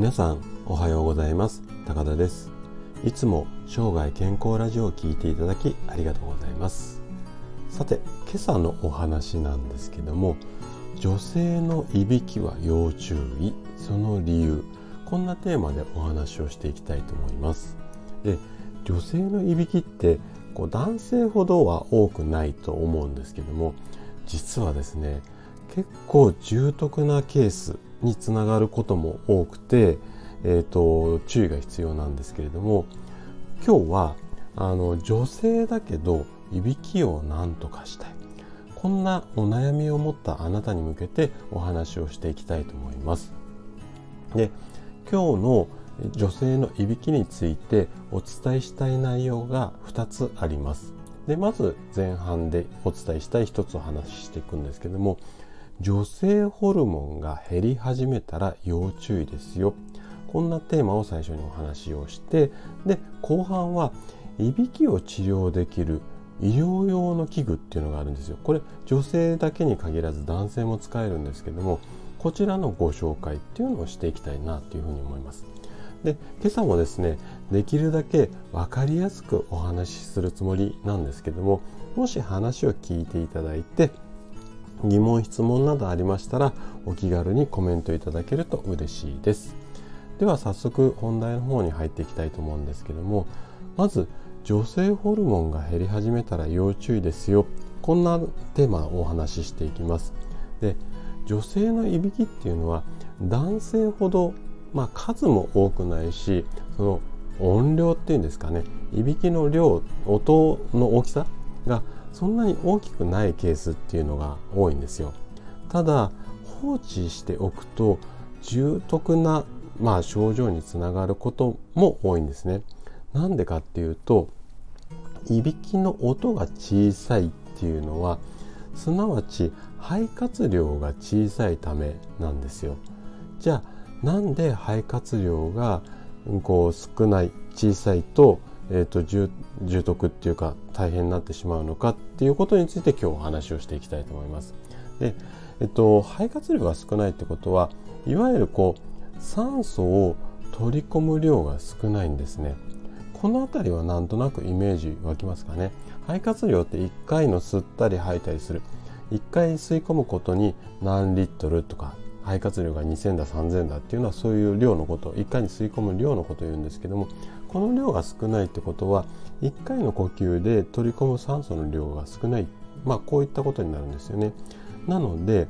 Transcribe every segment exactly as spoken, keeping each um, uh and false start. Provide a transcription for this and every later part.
皆さんおはようございます。高田です。いつも生涯健康ラジオを聞いていただきありがとうございます。さて、今朝のお話なんですけども、女性のいびきは要注意、その理由、こんなテーマでお話をしていきたいと思います。で、女性のいびきってこう男性ほどは多くないと思うんですけども、実はですね、結構重篤なケースにつながることも多くて、えーと、注意が必要なんですけれども、今日はあの女性だけどいびきをなんとかしたい、こんなお悩みを持ったあなたに向けてお話をしていきたいと思います。で、今日の女性のいびきについてお伝えしたい内容がふたつあります。で、まず前半でお伝えしたいひとつお話ししていくんですけども、女性ホルモンが減り始めたら要注意ですよ、こんなテーマを最初にお話をして、で後半はいびきを治療できる医療用の器具っていうのがあるんですよ。これ女性だけに限らず男性も使えるんですけども、こちらのご紹介っていうのをしていきたいなというふうに思います。で、今朝もですね、できるだけ分かりやすくお話しするつもりなんですけども、もし話を聞いていただいて疑問質問などありましたらお気軽にコメントいただけると嬉しいです。では早速本題の方に入っていきたいと思うんですけども、まず女性ホルモンが減り始めたら要注意ですよ、こんなテーマをお話ししていきます。で、女性のいびきっていうのは男性ほど、まあ、数も多くないし、その音量っていうんですかね、いびきの量、音の大きさがそんなに大きくないケースっていうのが多いんですよ。ただ放置しておくと重篤な、まあ、症状につながることも多いんですね。なんでかっていうと、いびきの音が小さいっていうのはすなわち肺活量が小さいためなんですよ。じゃあなんで肺活量がこう少ない小さいと、えーと、重, 重篤っていうか大変になってしまうのかっていうことについて今日お話をしていきたいと思います。で、えっと、肺活量が少ないってことはいわゆるこう酸素を取り込む量が少ないんですね。このあたりはなんとなくイメージ湧きますかね。肺活量っていっかいの吸ったり吐いたりする、いっかい吸い込むことに何リットルとか、肺活量がにせんださんぜんだっていうのはそういう量のこと、いっかいに吸い込む量のことを言うんですけども、この量が少ないってことはいっかいの呼吸で取り込む酸素の量が少ない、まあこういったことになるんですよね。なので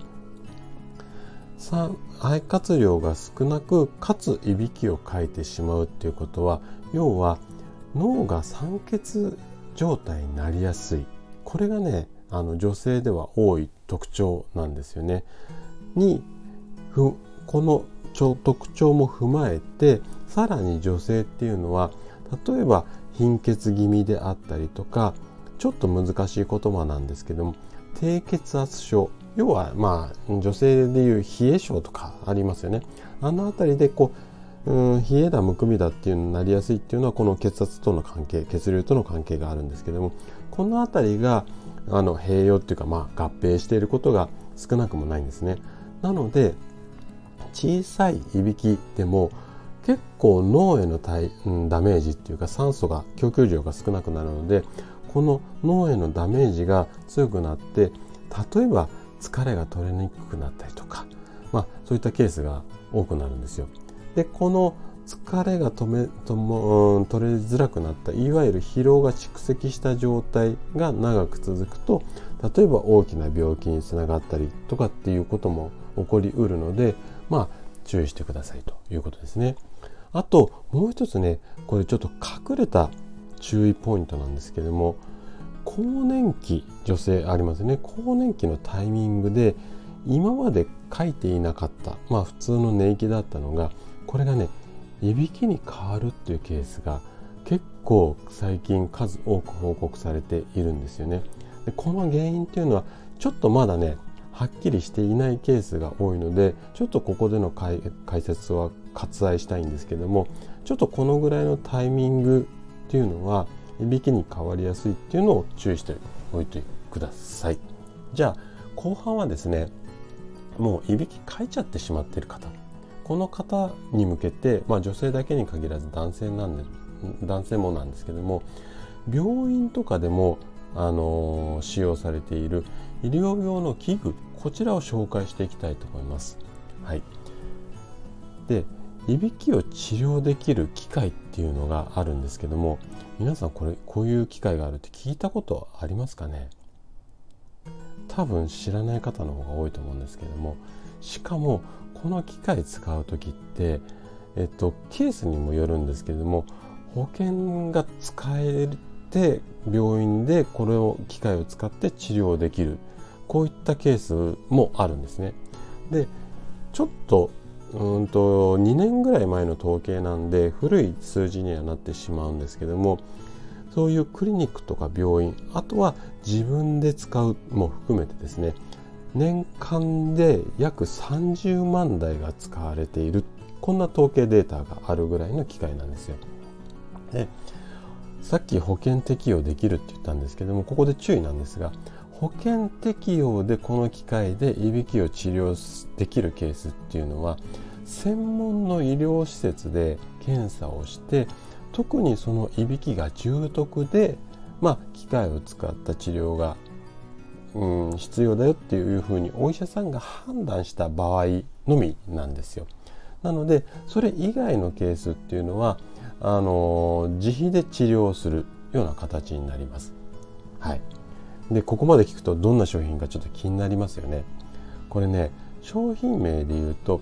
肺活量が少なくかついびきをかいてしまうっていうことは、要は脳が酸欠状態になりやすい、これがね、あの女性では多い特徴なんですよね。にこの特徴も踏まえて、さらに女性っていうのは例えば貧血気味であったりとか、ちょっと難しい言葉なんですけども低血圧症、要はまあ女性でいう冷え症とかありますよね。あのあたりでこう、うん、冷えだむくみだっていうのになりやすいっていうのはこの血圧との関係、血流との関係があるんですけども、このあたりがあの併用っていうか、まあ合併していることが少なくもないんですね。なので小さいいびきでも結構脳へのダメージっていうか、酸素が供給量が少なくなるので、この脳へのダメージが強くなって、例えば疲れが取れにくくなったりとか、まあそういったケースが多くなるんですよ。で、この疲れが止めとも、うん、取れづらくなった、いわゆる疲労が蓄積した状態が長く続くと、例えば大きな病気につながったりとかっていうことも起こりうるので、まあ注意してくださいということですね。あともう一つね、これちょっと隠れた注意ポイントなんですけども、更年期、女性ありますね。更年期のタイミングで今まで書いていなかった、まあ普通の寝息だったのが、これがね、いびきに変わるっていうケースが結構最近数多く報告されているんですよね。で、この原因っていうのはちょっとまだねはっきりしていないケースが多いので、ちょっとここでの 解, 解説は割愛したいんですけども、ちょっとこのぐらいのタイミングっていうのはいびきに変わりやすいっていうのを注意しておいてください。じゃあ後半はですね、もういびきかいちゃってしまっている方、 この方に向けて、まあ、女性だけに限らず男性なんで男性もなんですけども、病院とかでも、あのー、使用されている医療用の器具、こちらを紹介していきたいと思います。はい。で、いびきを治療できる機械っていうのがあるんですけども、皆さんこれこういう機械があるって聞いたことありますかね？多分知らない方の方が多いと思うんですけども、しかもこの機械使う時って、えっと、ケースにもよるんですけれども、保険が使えて病院でこれを機械を使って治療できる、こういったケースもあるんですね。で、ちょっとうんとにねんぐらい前の統計なんで古い数字にはなってしまうんですけども、そういうクリニックとか病院、あとは自分で使うも含めてですね、年間で約さんじゅうまんだいが使われている、こんな統計データがあるぐらいの機械なんですよ。で、さっき保険適用できるって言ったんですけども、ここで注意なんですが、保険適用でこの機械でいびきを治療できるケースっていうのは、専門の医療施設で検査をして、特にそのいびきが重篤で、まあ、機械を使った治療が、うん、必要だよっていうふうにお医者さんが判断した場合のみなんですよ。なのでそれ以外のケースっていうのはあの自費で治療するような形になります。はい。で、ここまで聞くとどんな商品かちょっと気になりますよね。これね、商品名で言うと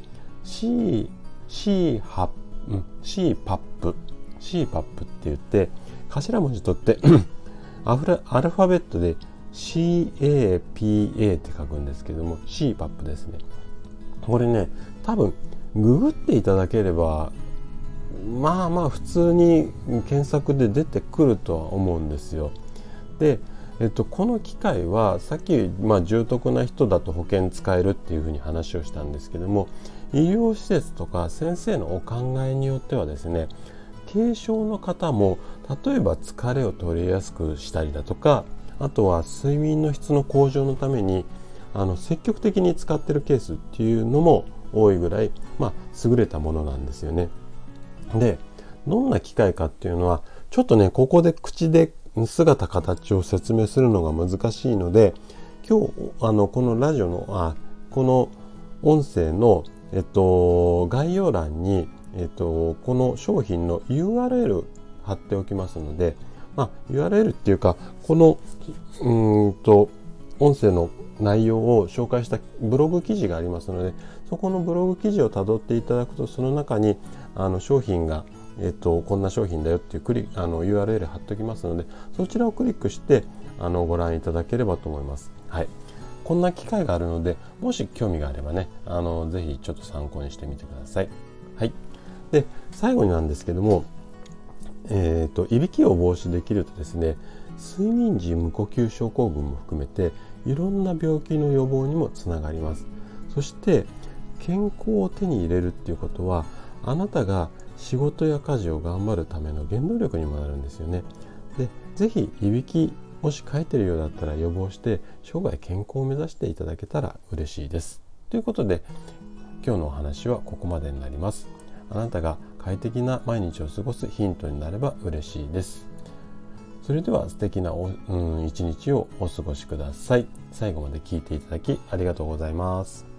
C、C ハップ、C パップ、C パップって言って頭文字取ってアフラアルファベットで シーエーピーエー って書くんですけども、 C パップですね。これね、多分ググっていただければまあまあ普通に検索で出てくるとは思うんですよ。で、えっと、この機械はさっき、まあ、重篤な人だと保険使えるっていうふうに話をしたんですけども、医療施設とか先生のお考えによってはですね、軽症の方も例えば疲れを取りやすくしたりだとか、あとは睡眠の質の向上のためにあの積極的に使っているケースっていうのも多いぐらい、まあ、優れたものなんですよね。で、どんな機械かっていうのはちょっとね、ここで口で姿形を説明するのが難しいので、今日あのこのラジオのあこの音声の、えっと、概要欄に、えっと、この商品の ユーアールエル 貼っておきますので、まあ、ユーアールエル っていうかこのうーんと音声の内容を紹介したブログ記事がありますので、そこのブログ記事をたどっていただくと、その中にあの商品が、えっと、こんな商品だよっていうクリあの ユーアールエル 貼っておきますので、そちらをクリックしてあのご覧いただければと思います。はい。こんな機会があるので、もし興味があればね、あのぜひちょっと参考にしてみてください。はい。で、最後になんですけども、えーと、いびきを防止できるとですね、睡眠時無呼吸症候群も含めていろんな病気の予防にもつながります。そして健康を手に入れるっていうことは、あなたが仕事や家事を頑張るための原動力にもなるんですよね。で、ぜひいびきもし書いてるようだったら予防して生涯健康を目指していただけたら嬉しいです。ということで、今日のお話はここまでになります。あなたが快適な毎日を過ごすヒントになれば嬉しいです。それでは素敵なお、うん、一日をお過ごしください。最後まで聞いていただきありがとうございます。